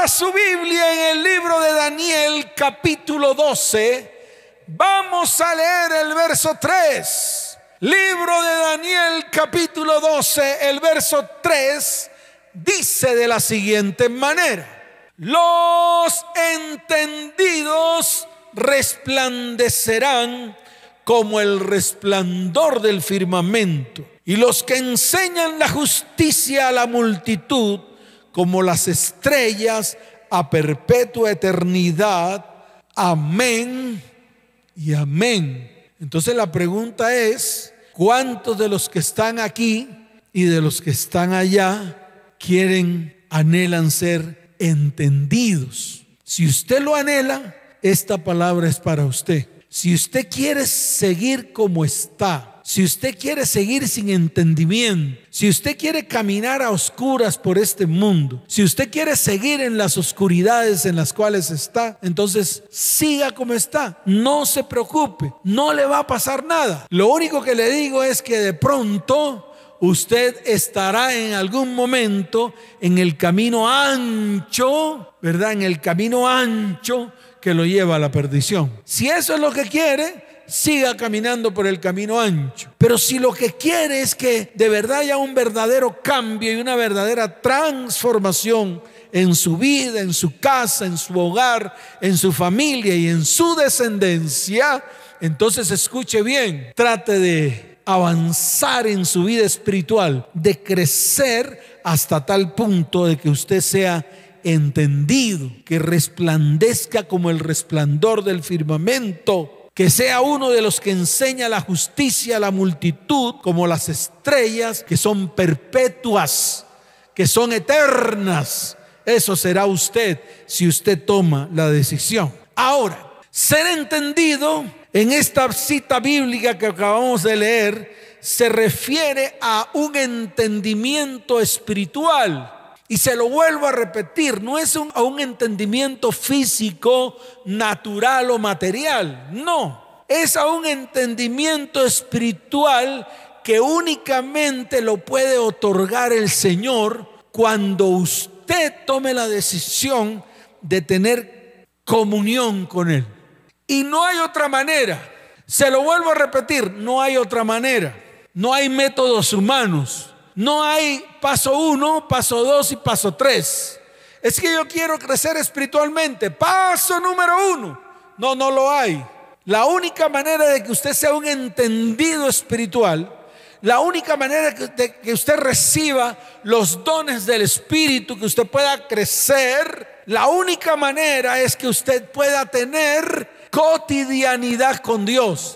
Abra su Biblia en el libro de Daniel, capítulo 12. Vamos a leer el verso 3. Libro de Daniel, capítulo 12, el verso 3, dice de la siguiente manera: los entendidos resplandecerán como el resplandor del firmamento, y los que enseñan la justicia a la multitud como las estrellas a perpetua eternidad. Amén y amén. Entonces la pregunta es: ¿cuántos de los que están aquí y de los que están allá anhelan ser entendidos? Si usted lo anhela, esta palabra es para usted. Si usted quiere seguir como está, si usted quiere seguir sin entendimiento, si usted quiere caminar a oscuras por este mundo, si usted quiere seguir en las oscuridades en las cuales está, entonces siga como está. No se preocupe, no le va a pasar nada. Lo único que le digo es que de pronto usted estará en algún momento en el camino ancho, ¿verdad? En el camino ancho que lo lleva a la perdición. Si eso es lo que quiere, siga caminando por el camino ancho. Pero si lo que quiere es que de verdad haya un verdadero cambio y una verdadera transformación en su vida, en su casa, en su hogar, en su familia y en su descendencia, entonces escuche bien, trate de avanzar en su vida espiritual, de crecer hasta tal punto de que usted sea entendido, que resplandezca como el resplandor del firmamento, que sea uno de los que enseña la justicia a la multitud como las estrellas que son perpetuas, que son eternas. Eso será usted si usted toma la decisión. Ahora, ser entendido en esta cita bíblica que acabamos de leer se refiere a un entendimiento espiritual. Y se lo vuelvo a repetir, no es a un entendimiento físico, natural o material. No, es a un entendimiento espiritual que únicamente lo puede otorgar el Señor cuando usted tome la decisión de tener comunión con Él. Y no hay otra manera. Se lo vuelvo a repetir, no hay otra manera. No hay métodos humanos. No hay paso 1, paso 2 y paso 3. Es que yo quiero crecer espiritualmente. Paso número 1. No, no lo hay. La única manera de que usted sea un entendido espiritual, la única manera de que usted reciba los dones del Espíritu, que usted pueda crecer, la única manera es que usted pueda tener cotidianidad con Dios,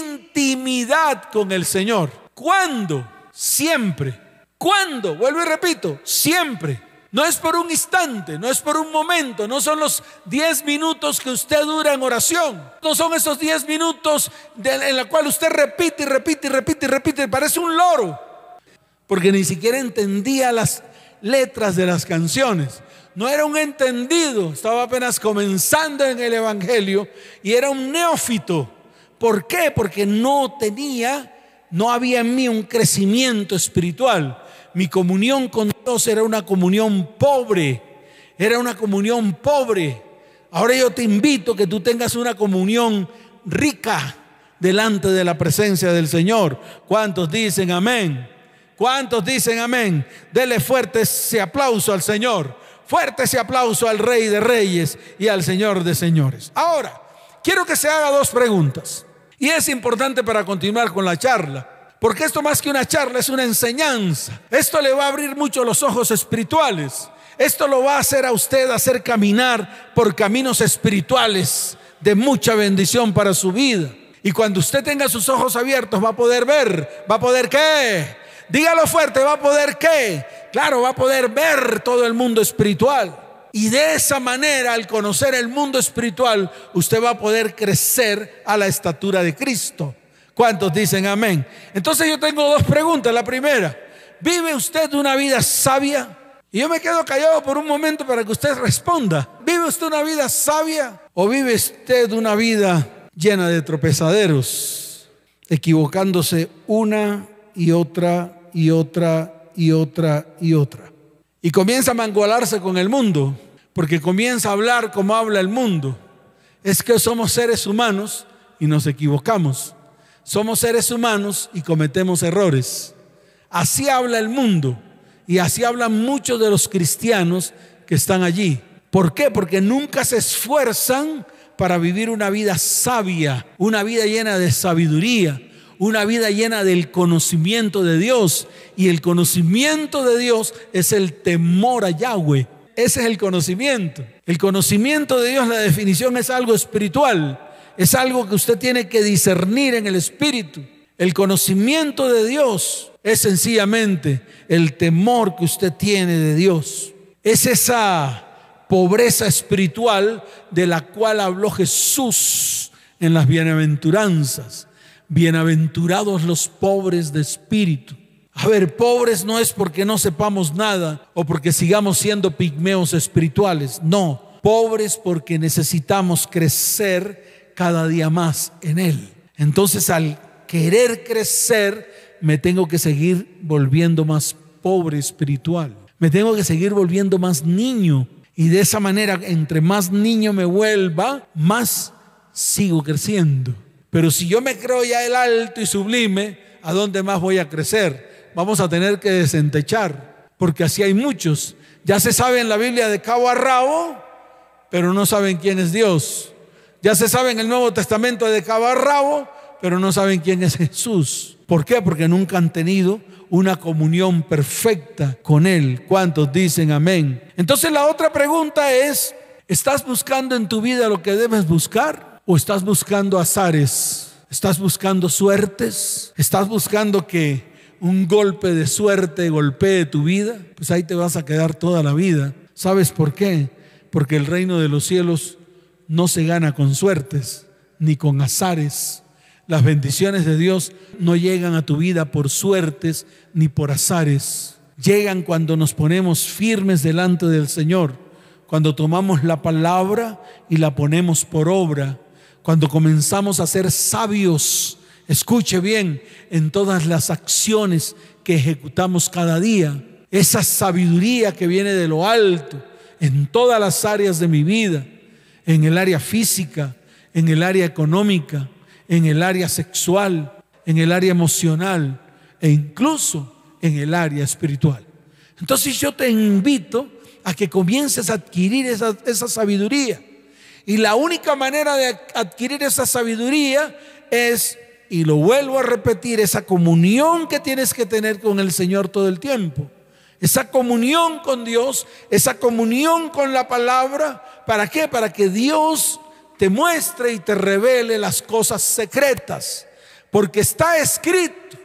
intimidad con el Señor. ¿Cuándo? Siempre. ¿Cuándo? Vuelvo y repito, siempre. No es por un instante, no es por un momento, no son los 10 minutos que usted dura en oración, no son esos 10 minutos en la cual usted repite y repite y repite y repite, parece un loro, porque ni siquiera entendía las letras de las canciones. No era un entendido, estaba apenas comenzando en el evangelio y era un neófito. ¿Por qué? Porque no había en mí un crecimiento espiritual. Mi comunión con Dios era una comunión pobre. Era una comunión pobre. Ahora yo te invito a que tú tengas una comunión rica delante de la presencia del Señor. ¿Cuántos dicen amén? ¿Cuántos dicen amén? Dele fuerte ese aplauso al Señor. Fuerte ese aplauso al Rey de Reyes y al Señor de Señores. Ahora, quiero que se haga 2 preguntas. Y es importante para continuar con la charla. Porque esto más que una charla es una enseñanza. Esto le va a abrir mucho los ojos espirituales. Esto lo va a hacer a usted hacer caminar por caminos espirituales de mucha bendición para su vida. Y cuando usted tenga sus ojos abiertos va a poder ver. ¿Va a poder qué? Dígalo fuerte, ¿va a poder qué? Claro, va a poder ver todo el mundo espiritual. Y de esa manera, al conocer el mundo espiritual, usted va a poder crecer a la estatura de Cristo. ¿Cuántos dicen amén? Entonces yo tengo 2 preguntas. La primera: ¿vive usted una vida sabia? Y yo me quedo callado por un momento para que usted responda. ¿Vive usted una vida sabia o vive usted una vida llena de tropezaderos, equivocándose una y otra y otra y otra y otra? Y comienza a mangolarse con el mundo porque comienza a hablar como habla el mundo. Es que somos seres humanos y nos equivocamos. Somos seres humanos y cometemos errores. Así habla el mundo y así hablan muchos de los cristianos que están allí. ¿Por qué? Porque nunca se esfuerzan para vivir una vida sabia, una vida llena de sabiduría, una vida llena del conocimiento de Dios. Y el conocimiento de Dios es el temor a Yahweh. Ese es el conocimiento. El conocimiento de Dios, la definición es algo espiritual. Es algo que usted tiene que discernir en el espíritu. El conocimiento de Dios es sencillamente el temor que usted tiene de Dios. Es esa pobreza espiritual de la cual habló Jesús en las bienaventuranzas. Bienaventurados los pobres de espíritu. A ver, pobres no es porque no sepamos nada o porque sigamos siendo pigmeos espirituales. No, pobres porque necesitamos crecer cada día más en Él. Entonces, al querer crecer, me tengo que seguir volviendo más pobre espiritual. Me tengo que seguir volviendo más niño. Y de esa manera, entre más niño me vuelva, más sigo creciendo. Pero si yo me creo ya el alto y sublime, ¿a dónde más voy a crecer? Vamos a tener que desentechar, porque así hay muchos. Ya se sabe en la Biblia de cabo a rabo, pero no saben quién es Dios. Ya se sabe en el Nuevo Testamento de cabo a rabo, pero no saben quién es Jesús. ¿Por qué? Porque nunca han tenido una comunión perfecta con Él. ¿Cuántos dicen amén? Entonces la otra pregunta es, ¿estás buscando en tu vida lo que debes buscar? ¿O estás buscando azares? ¿Estás buscando suertes? ¿Estás buscando que un golpe de suerte golpee tu vida? Pues ahí te vas a quedar toda la vida. ¿Sabes por qué? Porque el reino de los cielos no se gana con suertes ni con azares. Las bendiciones de Dios no llegan a tu vida por suertes ni por azares. Llegan cuando nos ponemos firmes delante del Señor, cuando tomamos la palabra y la ponemos por obra, cuando comenzamos a ser sabios, escuche bien, en todas las acciones que ejecutamos cada día. Esa sabiduría que viene de lo alto en todas las áreas de mi vida, en el área física, en el área económica, en el área sexual, en el área emocional e incluso en el área espiritual. Entonces yo te invito a que comiences a adquirir esa sabiduría. Y la única manera de adquirir esa sabiduría es, y lo vuelvo a repetir, esa comunión que tienes que tener con el Señor todo el tiempo. Esa comunión con Dios, esa comunión con la palabra. ¿Para qué? Para que Dios te muestre y te revele las cosas secretas. Porque está escrito,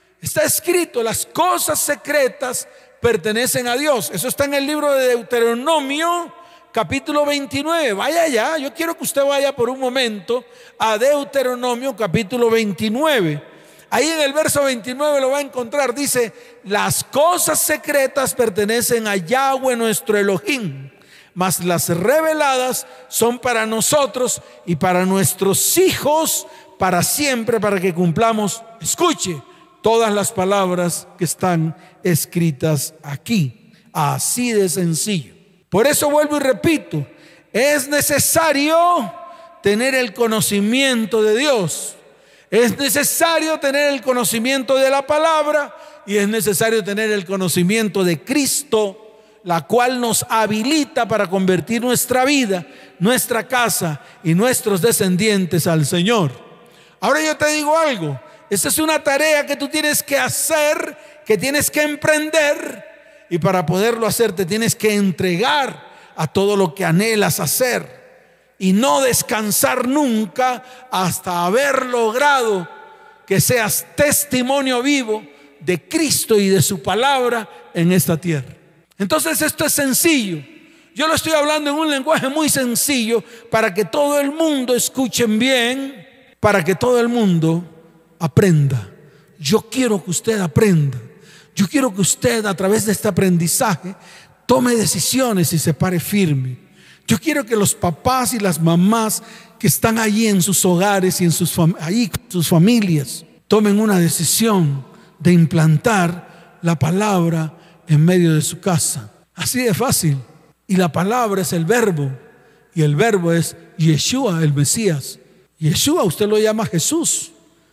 las cosas secretas pertenecen a Dios. Eso está en el libro de Deuteronomio, capítulo 29. Vaya allá, yo quiero que usted vaya por un momento a Deuteronomio, capítulo 29. Ahí en el verso 29 lo va a encontrar. Dice: las cosas secretas pertenecen a Yahweh nuestro Elohim, mas las reveladas son para nosotros y para nuestros hijos para siempre, para que cumplamos, escuche, todas las palabras que están escritas aquí. Así de sencillo. Por eso vuelvo y repito, es necesario tener el conocimiento de Dios. Es necesario tener el conocimiento de la palabra y es necesario tener el conocimiento de Cristo, la cual nos habilita para convertir nuestra vida, nuestra casa y nuestros descendientes al Señor. Ahora yo te digo algo, esta es una tarea que tú tienes que hacer, que tienes que emprender, y para poderlo hacer te tienes que entregar a todo lo que anhelas hacer y no descansar nunca hasta haber logrado que seas testimonio vivo de Cristo y de su palabra en esta tierra. Entonces esto es sencillo. Yo lo estoy hablando en un lenguaje muy sencillo para que todo el mundo escuchen bien, para que todo el mundo aprenda. Yo quiero que usted aprenda. Yo quiero que usted, a través de este aprendizaje, tome decisiones y se pare firme. Yo quiero que los papás y las mamás que están allí en sus hogares y en sus familias tomen una decisión de implantar la palabra en medio de su casa. Así de fácil. Y la palabra es el verbo. Y el verbo es Yeshua, el Mesías. Yeshua usted lo llama Jesús.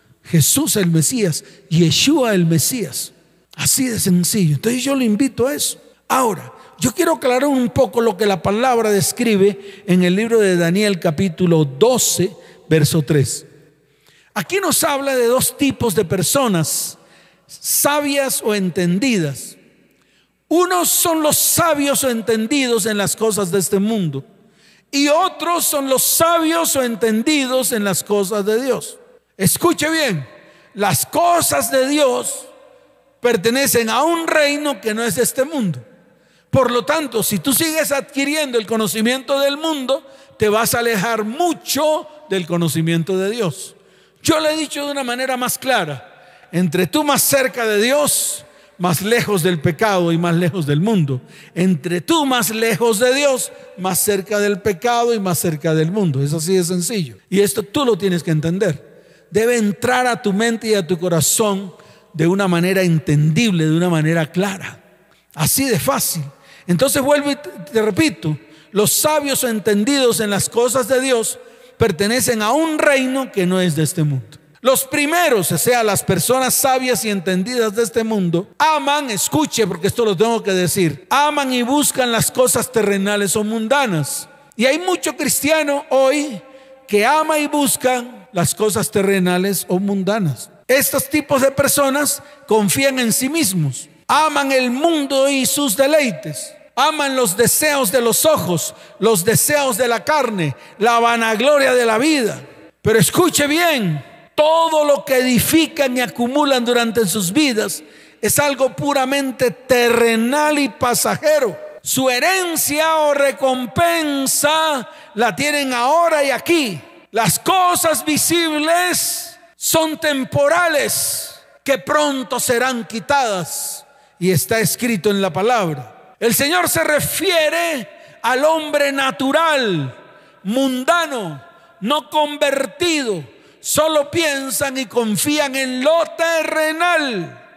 Jesús el Mesías. Yeshua el Mesías. Así de sencillo. Entonces yo le invito a eso. Ahora, yo quiero aclarar un poco lo que la palabra describe en el libro de Daniel capítulo 12, verso 3. Aquí nos habla de dos tipos de personas, sabias o entendidas. Unos son los sabios o entendidos en las cosas de este mundo, y otros son los sabios o entendidos en las cosas de Dios. Escuche bien, las cosas de Dios pertenecen a un reino que no es de este mundo. Por lo tanto, si tú sigues adquiriendo el conocimiento del mundo, te vas a alejar mucho del conocimiento de Dios. Yo le he dicho de una manera más clara: entre tú más cerca de Dios, más lejos del pecado y más lejos del mundo. Entre tú más lejos de Dios, más cerca del pecado y más cerca del mundo. Es así de sencillo. Y esto tú lo tienes que entender. Debe entrar a tu mente y a tu corazón de una manera entendible, de una manera clara. Así de fácil. Entonces vuelvo y te repito: los sabios o entendidos en las cosas de Dios pertenecen a un reino que no es de este mundo. Los primeros, o sea, las personas sabias y entendidas de este mundo, aman, escuche porque esto lo tengo que decir, aman y buscan las cosas terrenales o mundanas. Y hay mucho cristiano hoy que ama y buscan las cosas terrenales o mundanas. Estos tipos de personas confían en sí mismos, aman el mundo y sus deleites. Aman los deseos de los ojos, los deseos de la carne, la vanagloria de la vida. Pero escuche bien, todo lo que edifican y acumulan durante sus vidas es algo puramente terrenal y pasajero. Su herencia o recompensa la tienen ahora y aquí. Las cosas visibles son temporales, que pronto serán quitadas, y está escrito en la palabra. El Señor se refiere al hombre natural, mundano, no convertido. Solo piensan y confían en lo terrenal,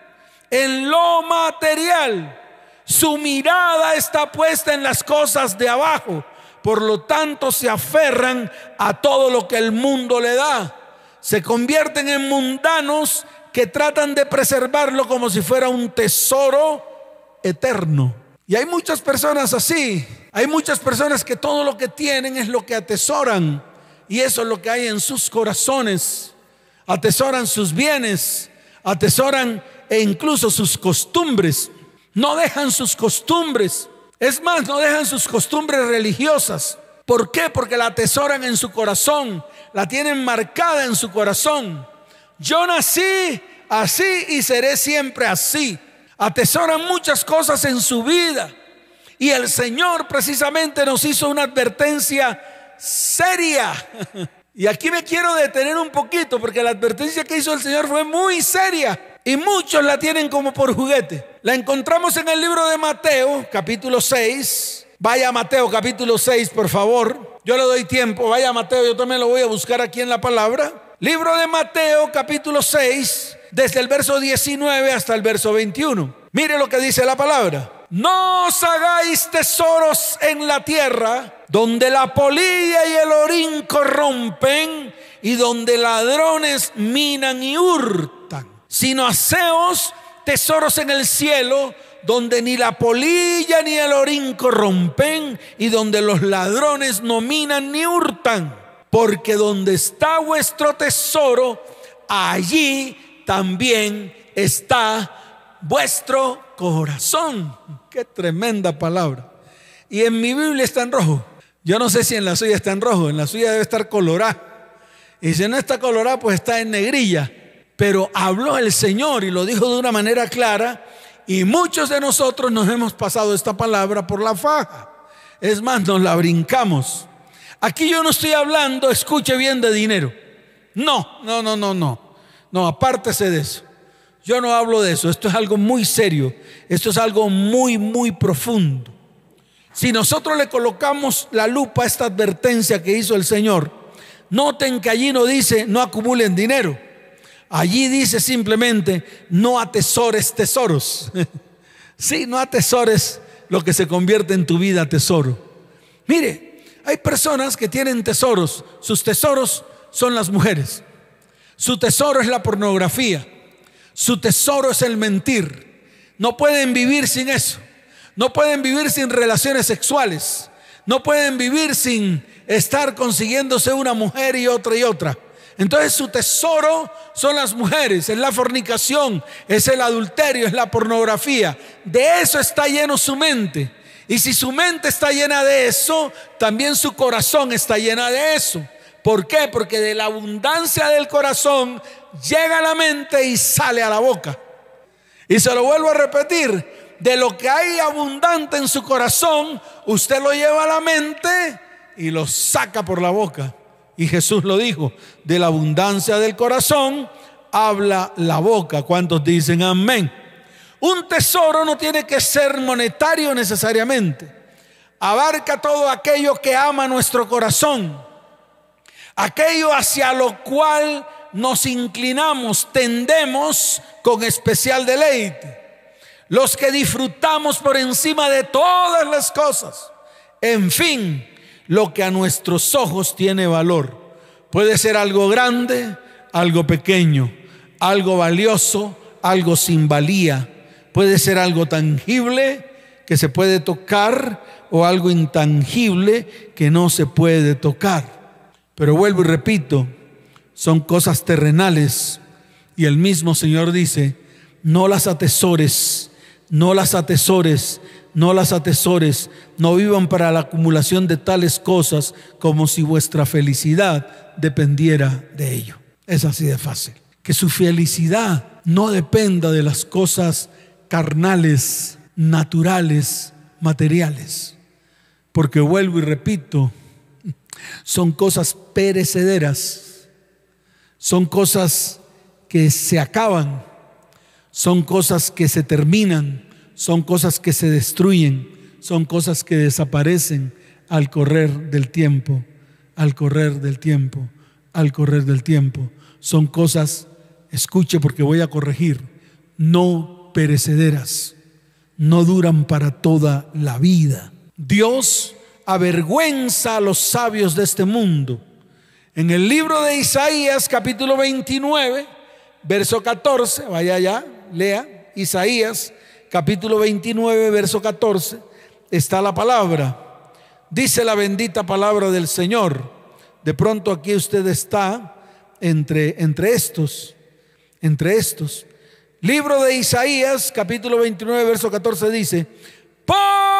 en lo material. Su mirada está puesta en las cosas de abajo. Por lo tanto, se aferran a todo lo que el mundo le da. Se convierten en mundanos que tratan de preservarlo como si fuera un tesoro eterno. Y hay muchas personas así. Hay muchas personas que todo lo que tienen es lo que atesoran. Y eso es lo que hay en sus corazones. Atesoran sus bienes, atesoran incluso sus costumbres. No dejan sus costumbres. Es más, no dejan sus costumbres religiosas. ¿Por qué? Porque la atesoran en su corazón, la tienen marcada en su corazón. Yo nací así y seré siempre así. Atesoran muchas cosas en su vida. Y el Señor precisamente nos hizo una advertencia seria. Y aquí me quiero detener un poquito, porque la advertencia que hizo el Señor fue muy seria. Y muchos la tienen como por juguete. La encontramos en el libro de Mateo, capítulo 6. Vaya a Mateo, capítulo 6, por favor. Yo le doy tiempo, vaya a Mateo, yo también lo voy a buscar aquí en la palabra. Libro de Mateo, capítulo 6. Desde el verso 19 hasta el verso 21. Mire lo que dice la palabra. No os hagáis tesoros en la tierra, donde la polilla y el orín corrompen, y donde ladrones minan y hurtan, sino haceos tesoros en el cielo, donde ni la polilla ni el orín corrompen, y donde los ladrones no minan ni hurtan. Porque donde está vuestro tesoro, allí también está vuestro corazón. Qué tremenda palabra. Y en mi Biblia está en rojo. Yo no sé si en la suya está en rojo. En la suya debe estar colorada. Y si no está colorada, pues está en negrilla. Pero habló el Señor y lo dijo de una manera clara. Y muchos de nosotros nos hemos pasado esta palabra por la faja. Es más, nos la brincamos. Aquí yo no estoy hablando, escuche bien, de dinero. No, apártese de eso. Yo no hablo de eso. Esto es algo muy serio. Esto es algo muy, muy profundo. Si nosotros le colocamos la lupa a esta advertencia que hizo el Señor, noten que allí no dice no acumulen dinero. Allí dice simplemente no atesores tesoros. Sí, no atesores lo que se convierte en tu vida tesoro. Mire, hay personas que tienen tesoros. Sus tesoros son las mujeres. Su tesoro es la pornografía. Su tesoro es el mentir. No pueden vivir sin eso. No pueden vivir sin relaciones sexuales. No pueden vivir sin estar consiguiéndose una mujer y otra. Entonces su tesoro son las mujeres, es la fornicación, es el adulterio, es la pornografía. De eso está lleno su mente. Y si su mente está llena de eso, también su corazón está llena de eso. ¿Por qué? Porque de la abundancia del corazón llega a la mente y sale a la boca. Y se lo vuelvo a repetir, de lo que hay abundante en su corazón, usted lo lleva a la mente y lo saca por la boca. Y Jesús lo dijo, de la abundancia del corazón habla la boca. ¿Cuántos dicen amén? Un tesoro no tiene que ser monetario necesariamente. Abarca todo aquello que ama nuestro corazón, aquello hacia lo cual nos inclinamos, tendemos con especial deleite, los que disfrutamos por encima de todas las cosas. En fin, lo que a nuestros ojos tiene valor. Puede ser algo grande, algo pequeño, algo valioso, algo sin valía. Puede ser algo tangible que se puede tocar o algo intangible que no se puede tocar. Pero vuelvo y repito, son cosas terrenales. Y el mismo Señor dice, no las atesores, no las atesores, no las atesores, no vivan para la acumulación de tales cosas como si vuestra felicidad dependiera de ello. Es así de fácil. Que su felicidad no dependa de las cosas carnales, naturales, materiales. Porque vuelvo y repito, son cosas perecederas, son cosas que se acaban, son cosas que se terminan, son cosas que se destruyen, son cosas que desaparecen al correr del tiempo, al correr del tiempo, al correr del tiempo. Son cosas, escuche porque voy a corregir, no perecederas, no duran para toda la vida. Dios avergüenza a los sabios de este mundo. En el libro de Isaías, capítulo 29, verso 14, vaya allá, lea Isaías capítulo 29, verso 14, está la palabra. Dice la bendita palabra del Señor. De pronto aquí usted está entre estos. Libro de Isaías, capítulo 29, verso 14 dice: por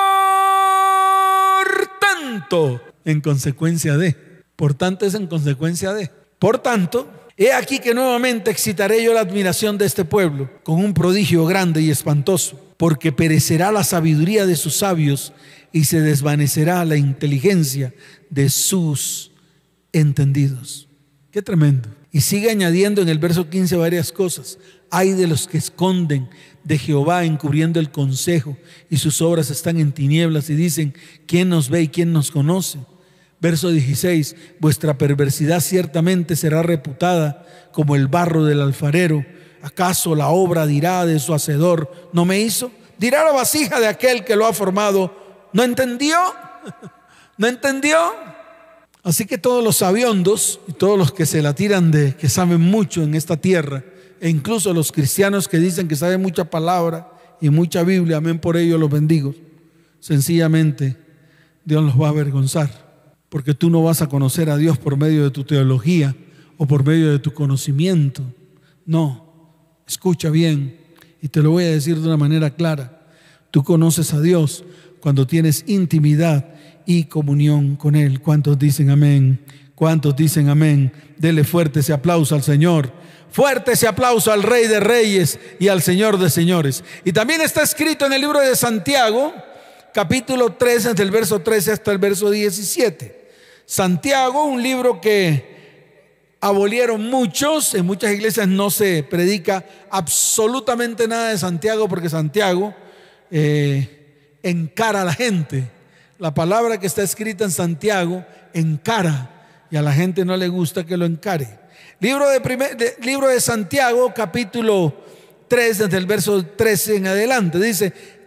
tanto, en consecuencia de. Por tanto es en consecuencia de. Por tanto, he aquí que nuevamente excitaré yo la admiración de este pueblo con un prodigio grande y espantoso, porque perecerá la sabiduría de sus sabios y se desvanecerá la inteligencia de sus entendidos. Qué tremendo. Y sigue añadiendo en el verso 15 varias cosas. Ay de los que esconden de Jehová encubriendo el consejo, y sus obras están en tinieblas, y dicen: ¿quién nos ve y quién nos conoce? Verso 16: vuestra perversidad ciertamente será reputada como el barro del alfarero. ¿Acaso la obra dirá de su hacedor: no me hizo? Dirá la vasija de aquel que lo ha formado: ¿no entendió? ¿No entendió? Así que todos los sabiondos y todos los que se la tiran de que saben mucho en esta tierra, e incluso los cristianos que dicen que saben mucha palabra y mucha Biblia, amén por ello los bendigo, sencillamente Dios los va a avergonzar. Porque tú no vas a conocer a Dios por medio de tu teología o por medio de tu conocimiento. No, escucha bien y te lo voy a decir de una manera clara. Tú conoces a Dios cuando tienes intimidad y comunión con Él. ¿Cuántos dicen amén? ¿Cuántos dicen amén? Dele fuerte ese aplauso al Señor. Fuerte ese aplauso al Rey de Reyes y al Señor de Señores. Y también está escrito en el libro de Santiago, capítulo 3, desde el verso 13 hasta el verso 17. Santiago, un libro que abolieron muchos. En muchas iglesias no se predica absolutamente nada de Santiago, porque Santiago encara a la gente. La palabra que está escrita en Santiago encara, y a la gente no le gusta que lo encare. Libro de Santiago, capítulo 3, desde el verso 13 en adelante, dice: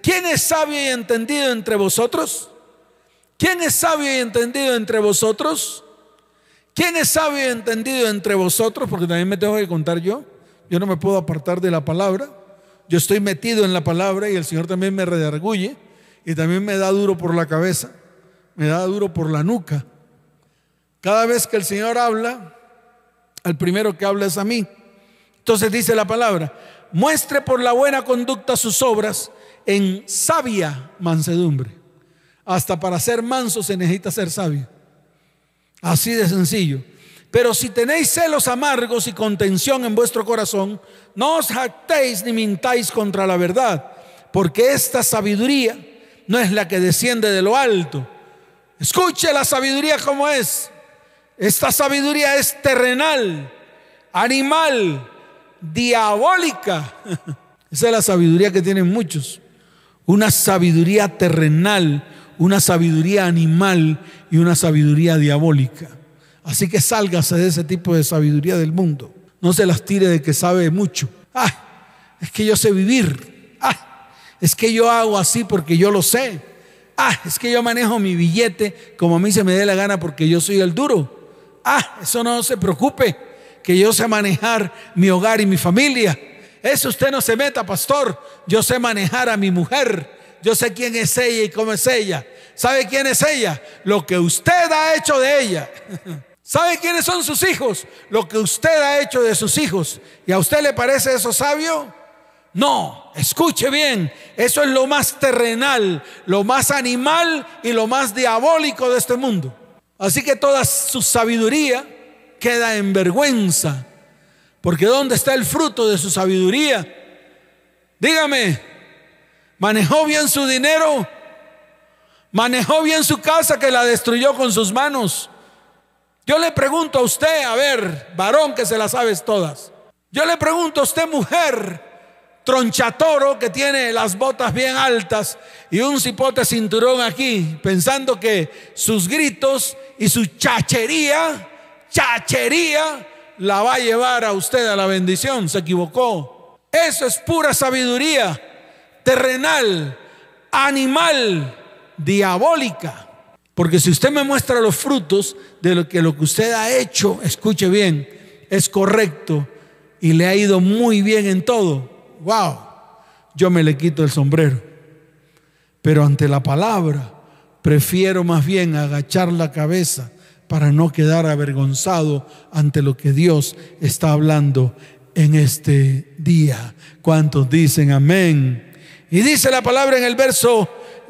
¿quién es sabio y entendido entre vosotros? ¿Quién es sabio y entendido entre vosotros? ¿Quién es sabio y entendido entre vosotros? Porque también me tengo que contar yo. Yo no me puedo apartar de la palabra. Yo estoy metido en la palabra y el Señor también me redarguye y también me da duro por la cabeza, me da duro por la nuca. Cada vez que el Señor habla, al primero que habla es a mí. Entonces dice la palabra: muestre por la buena conducta sus obras en sabia mansedumbre. Hasta para ser manso se necesita ser sabio. Así de sencillo. Pero si tenéis celos amargos y contención en vuestro corazón, no os jactéis ni mintáis contra la verdad, porque esta sabiduría no es la que desciende de lo alto. Escuche la sabiduría como es. Esta sabiduría es terrenal, animal, diabólica. Esa es la sabiduría que tienen muchos. Una sabiduría terrenal, una sabiduría animal y una sabiduría diabólica. Así que sálgase de ese tipo de sabiduría del mundo. No se las tire de que sabe mucho. Es que yo sé vivir. Es que yo hago así porque yo lo sé. Es que yo manejo mi billete como a mí se me dé la gana porque yo soy el duro. Eso no se preocupe, que yo sé manejar mi hogar y mi familia. Eso usted no se meta, pastor. Yo sé manejar a mi mujer. Yo sé quién es ella y cómo es ella. ¿Sabe quién es ella? Lo que usted ha hecho de ella. ¿Sabe quiénes son sus hijos? Lo que usted ha hecho de sus hijos. ¿Y a usted le parece eso sabio? No, escuche bien. Eso es lo más terrenal, lo más animal y lo más diabólico de este mundo. Así que toda su sabiduría queda en vergüenza. Porque ¿dónde está el fruto de su sabiduría? Dígame, ¿manejó bien su dinero? ¿Manejó bien su casa que la destruyó con sus manos? Yo le pregunto a usted, a ver, varón que se las sabes todas. Yo le pregunto a usted, mujer, tronchatoro que tiene las botas bien altas y un cipote cinturón aquí, pensando que sus gritos y su chachería la va a llevar a usted a la bendición. Se equivocó. Eso es pura sabiduría terrenal, animal, diabólica. Porque si usted me muestra los frutos de lo que usted ha hecho, escuche bien, es correcto y le ha ido muy bien en todo, wow, yo me le quito el sombrero. Pero ante la palabra prefiero más bien agachar la cabeza para no quedar avergonzado ante lo que Dios está hablando en este día. ¿Cuántos dicen amén? Y dice la palabra en el verso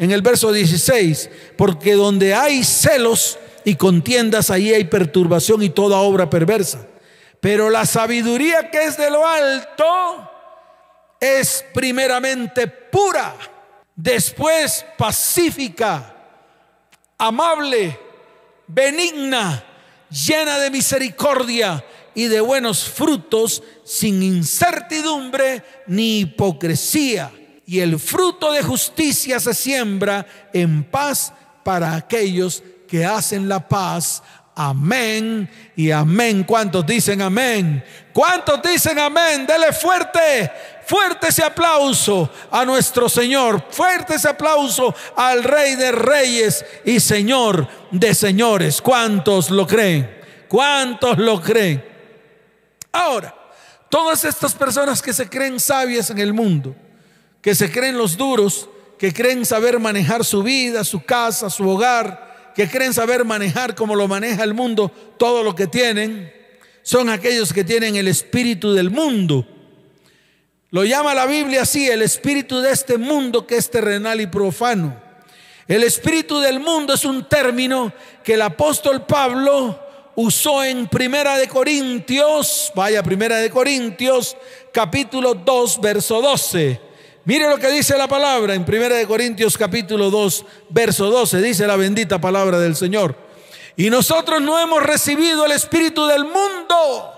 16: porque donde hay celos y contiendas, ahí hay perturbación y toda obra perversa. Pero la sabiduría que es de lo alto es primeramente pura, después pacífica, amable, benigna, llena de misericordia y de buenos frutos, sin incertidumbre ni hipocresía. Y el fruto de justicia se siembra en paz para aquellos que hacen la paz. Amén y amén. ¿Cuántos dicen amén? ¿Cuántos dicen amén? Dele fuerte ese aplauso a nuestro Señor. Fuerte ese aplauso al Rey de Reyes y Señor de Señores. ¿Cuántos lo creen? ¿Cuántos lo creen? Ahora, todas estas personas que se creen sabias en el mundo, que se creen los duros, que creen saber manejar su vida, su casa, su hogar, que creen saber manejar como lo maneja el mundo, todo lo que tienen, son aquellos que tienen el espíritu del mundo. Lo llama la Biblia así: el espíritu de este mundo que es terrenal y profano. El espíritu del mundo es un término que el apóstol Pablo usó en Primera de Corintios, Primera de Corintios, capítulo 2, verso 12. Mire lo que dice la palabra en 1 Corintios capítulo 2, verso 12. Dice la bendita palabra del Señor: y nosotros no hemos recibido el espíritu del mundo,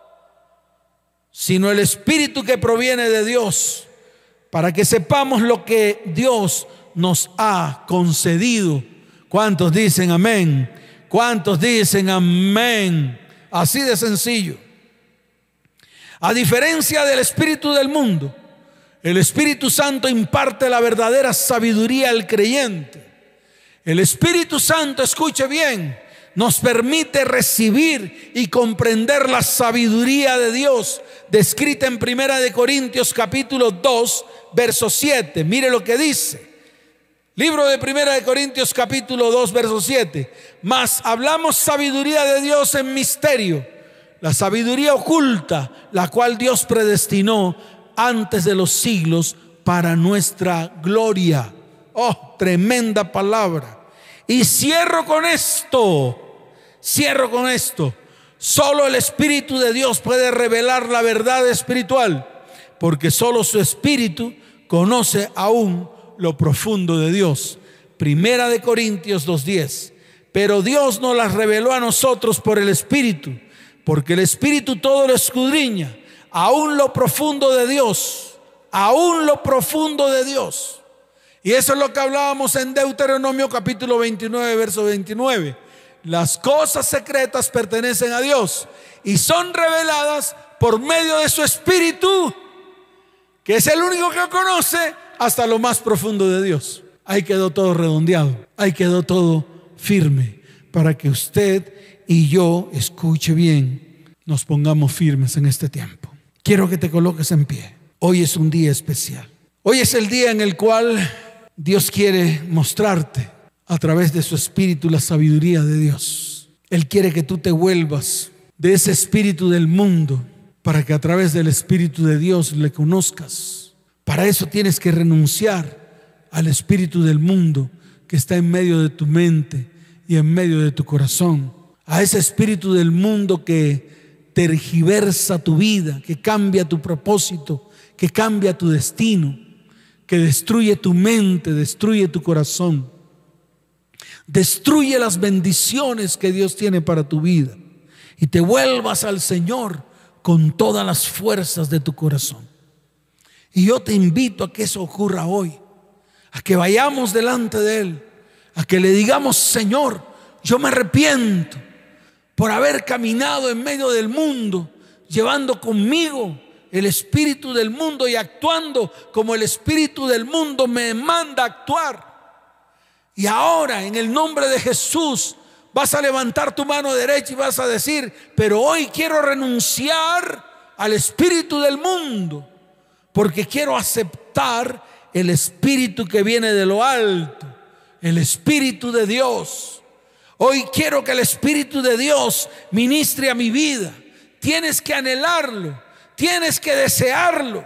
sino el espíritu que proviene de Dios, para que sepamos lo que Dios nos ha concedido. ¿Cuántos dicen amén? ¿Cuántos dicen amén? Así de sencillo. A diferencia del espíritu del mundo, El Espíritu Santo imparte la verdadera sabiduría al creyente. El Espíritu Santo, escuche bien, nos permite recibir y comprender la sabiduría de Dios, descrita en 1 Corintios capítulo 2, verso 7. Mire lo que dice. Libro de 1 Corintios capítulo 2, verso 7. Mas hablamos sabiduría de Dios en misterio, la sabiduría oculta, la cual Dios predestinó antes de los siglos para nuestra gloria. Oh, tremenda palabra. Y cierro con esto. Solo el Espíritu de Dios puede revelar la verdad espiritual, porque solo su Espíritu conoce aún lo profundo de Dios. 1 Corintios 2:10. Pero Dios nos las reveló a nosotros por el Espíritu, porque el Espíritu todo lo escudriña, aún lo profundo de Dios, aún lo profundo de Dios. Y eso es lo que hablábamos en Deuteronomio capítulo 29, verso 29. Las cosas secretas pertenecen a Dios y son reveladas por medio de su Espíritu, que es el único que conoce hasta lo más profundo de Dios. Ahí quedó todo redondeado, ahí quedó todo firme, para que usted y yo, escuche bien, nos pongamos firmes en este tiempo. Quiero que te coloques en pie. Hoy es un día especial. Hoy es el día en el cual Dios quiere mostrarte a través de su Espíritu la sabiduría de Dios. Él quiere que tú te vuelvas de ese espíritu del mundo, para que a través del Espíritu de Dios le conozcas. Para eso tienes que renunciar al espíritu del mundo que está en medio de tu mente y en medio de tu corazón. A ese espíritu del mundo que tergiversa tu vida, que cambia tu propósito, que cambia tu destino, que destruye tu mente, destruye tu corazón, destruye las bendiciones que Dios tiene para tu vida, y te vuelvas al Señor con todas las fuerzas de tu corazón. Y yo te invito a que eso ocurra hoy, a que vayamos delante de Él, a que le digamos: Señor, yo me arrepiento por haber caminado en medio del mundo, llevando conmigo el espíritu del mundo y actuando como el espíritu del mundo me manda actuar. Y ahora, en el nombre de Jesús, vas a levantar tu mano derecha y vas a decir: pero hoy quiero renunciar al espíritu del mundo, porque quiero aceptar el espíritu que viene de lo alto, el Espíritu de Dios. Hoy quiero que el Espíritu de Dios ministre a mi vida. Tienes que anhelarlo, tienes que desearlo,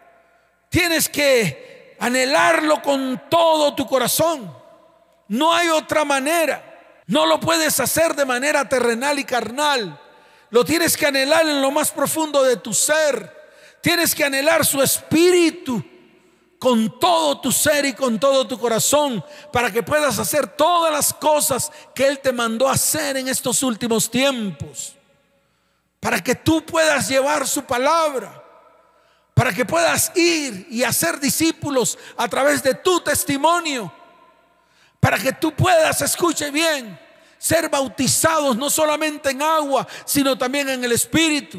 tienes que anhelarlo con todo tu corazón. No hay otra manera. No lo puedes hacer de manera terrenal y carnal. Lo tienes que anhelar en lo más profundo de tu ser. Tienes que anhelar su Espíritu con todo tu ser y con todo tu corazón, para que puedas hacer todas las cosas que Él te mandó hacer en estos últimos tiempos, para que tú puedas llevar su palabra, para que puedas ir y hacer discípulos a través de tu testimonio, para que tú puedas, escuche bien, ser bautizados no solamente en agua, sino también en el Espíritu,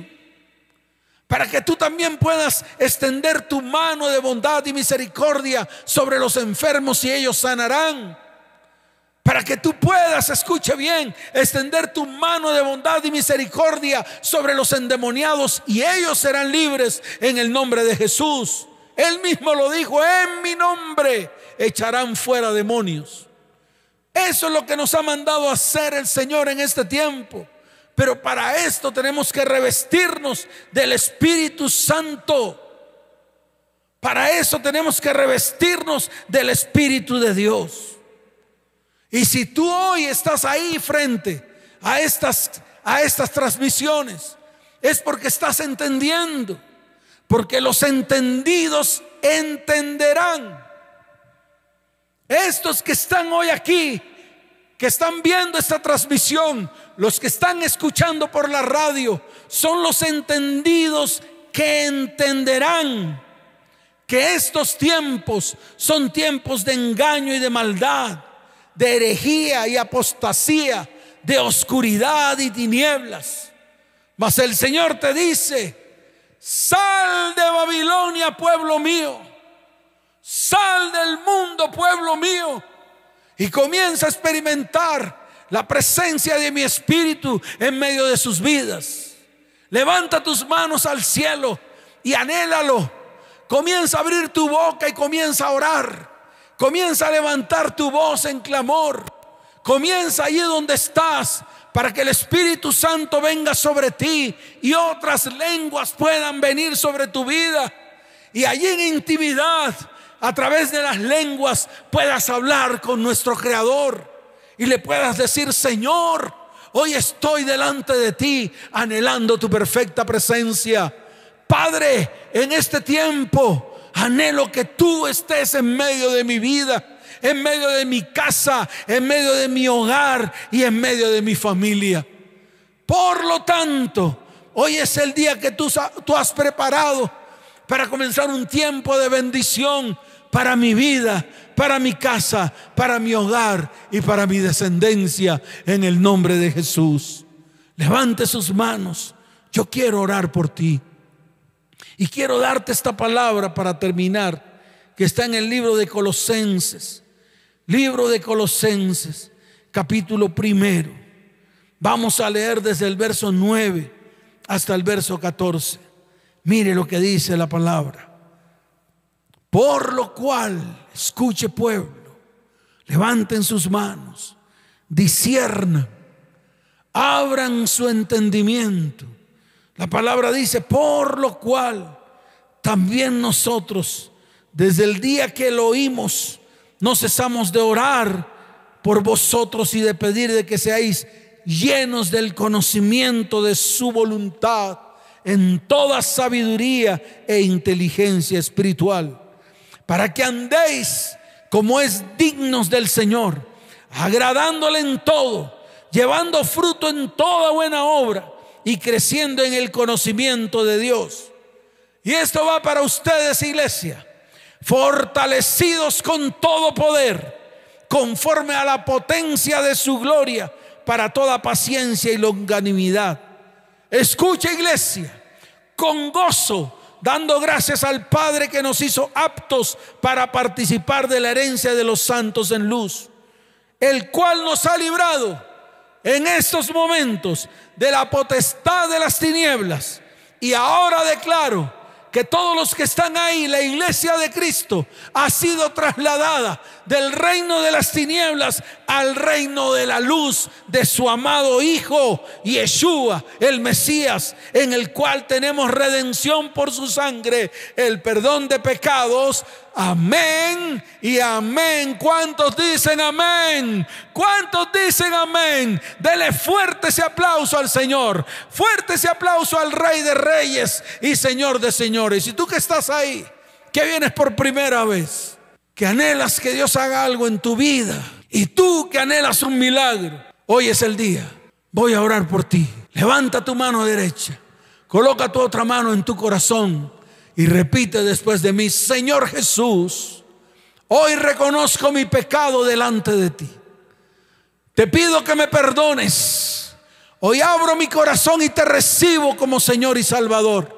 para que tú también puedas extender tu mano de bondad y misericordia sobre los enfermos y ellos sanarán. Para que tú puedas, escuche bien, extender tu mano de bondad y misericordia sobre los endemoniados y ellos serán libres en el nombre de Jesús. Él mismo lo dijo: en mi nombre echarán fuera demonios. Eso es lo que nos ha mandado a hacer el Señor en este tiempo. Pero para esto tenemos que revestirnos del Espíritu Santo. Para eso tenemos que revestirnos del Espíritu de Dios. Y si tú hoy estás ahí frente a estas transmisiones, es porque estás entendiendo. Porque los entendidos entenderán. Estos que están hoy aquí, que están viendo esta transmisión, los que están escuchando por la radio, son los entendidos que entenderán que estos tiempos son tiempos de engaño y de maldad, de herejía y apostasía, de oscuridad y tinieblas. Mas el Señor te dice: sal de Babilonia, pueblo mío. Sal del mundo, pueblo mío, y comienza a experimentar la presencia de mi Espíritu en medio de sus vidas. Levanta tus manos al cielo y anhélalo. Comienza a abrir tu boca y comienza a orar. Comienza a levantar tu voz en clamor. Comienza allí donde estás, para que el Espíritu Santo venga sobre ti y otras lenguas puedan venir sobre tu vida. Y allí en intimidad, a través de las lenguas, puedas hablar con nuestro Creador y le puedas decir: Señor, hoy estoy delante de ti anhelando tu perfecta presencia. Padre, en este tiempo anhelo que tú estés en medio de mi vida, en medio de mi casa, en medio de mi hogar y en medio de mi familia. Por lo tanto, hoy es el día que tú has preparado para comenzar un tiempo de bendición para mi vida, para mi casa, para mi hogar y para mi descendencia, en el nombre de Jesús. Levante sus manos. Yo quiero orar por ti y quiero darte esta palabra para terminar, que está en el libro de Colosenses. Libro de Colosenses, capítulo 1. Vamos a leer desde el verso 9 hasta el verso 14. Mire lo que dice la palabra. Por lo cual, escuche pueblo, levanten sus manos, disciernan, abran su entendimiento. La palabra dice: por lo cual también nosotros, desde el día que lo oímos, no cesamos de orar por vosotros y de pedir de que seáis llenos del conocimiento de su voluntad en toda sabiduría e inteligencia espiritual, para que andéis como es dignos del Señor, agradándole en todo, llevando fruto en toda buena obra y creciendo en el conocimiento de Dios. Y esto va para ustedes, iglesia, fortalecidos con todo poder, conforme a la potencia de su gloria, para toda paciencia y longanimidad. Escucha, iglesia, con gozo, dando gracias al Padre que nos hizo aptos para participar de la herencia de los santos en luz, el cual nos ha librado en estos momentos de la potestad de las tinieblas. Y ahora declaro que todos los que están ahí, la iglesia de Cristo ha sido trasladada del reino de las tinieblas al reino de la luz de su amado Hijo Yeshua, el Mesías, en el cual tenemos redención por su sangre, el perdón de pecados. Amén y amén. ¿Cuántos dicen amén? ¿Cuántos dicen amén? Dele fuerte ese aplauso al Señor, fuerte ese aplauso al Rey de Reyes y Señor de Señores. Y tú que estás ahí, que vienes por primera vez, que anhelas que Dios haga algo en tu vida, y tú que anhelas un milagro, hoy es el día. Voy a orar por ti. Levanta tu mano derecha, coloca tu otra mano en tu corazón y repite después de mí: Señor Jesús, hoy reconozco mi pecado delante de ti. Te pido que me perdones. Hoy abro mi corazón y te recibo como Señor y Salvador.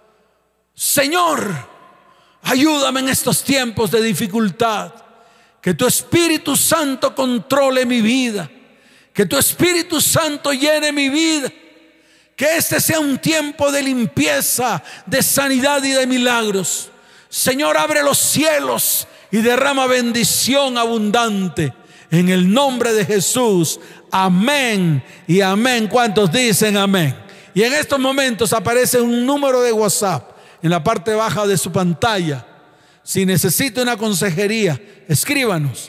Señor, ayúdame en estos tiempos de dificultad. Que tu Espíritu Santo controle mi vida. Que tu Espíritu Santo llene mi vida. Que este sea un tiempo de limpieza, de sanidad y de milagros. Señor, abre los cielos y derrama bendición abundante. En el nombre de Jesús. Amén y amén. ¿Cuántos dicen amén? Y en estos momentos aparece un número de WhatsApp en la parte baja de su pantalla. Si necesita una consejería, escríbanos: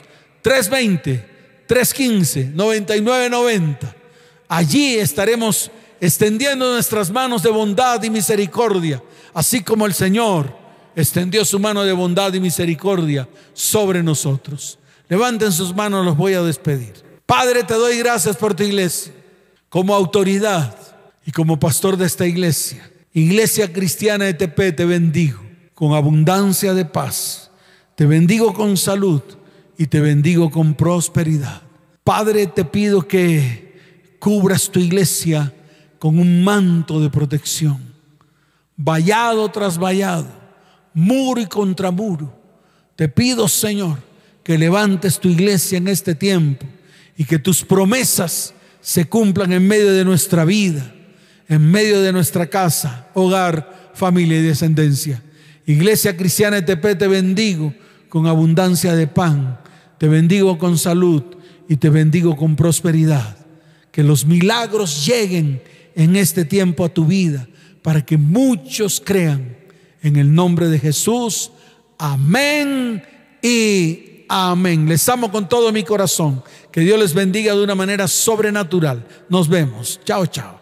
320-315-9990. Allí estaremos extendiendo nuestras manos de bondad y misericordia, así como el Señor extendió su mano de bondad y misericordia sobre nosotros. Levanten sus manos, los voy a despedir. Padre, te doy gracias por tu iglesia. Como autoridad y como pastor de esta iglesia, Iglesia Cristiana de Tepe, te bendigo con abundancia de paz, te bendigo con salud y te bendigo con prosperidad. Padre, te pido que cubras tu iglesia con un manto de protección, vallado tras vallado, muro y contramuro, Te pido, Señor, que levantes tu iglesia en este tiempo y que tus promesas se cumplan en medio de nuestra vida, en medio de nuestra casa, hogar, familia y descendencia. Iglesia Cristiana ETP, te bendigo con abundancia de pan, te bendigo con salud y te bendigo con prosperidad. Que los milagros lleguen en este tiempo a tu vida para que muchos crean. En el nombre de Jesús, amén y amén. Les amo con todo mi corazón. Que Dios les bendiga de una manera sobrenatural. Nos vemos. Chao, chao.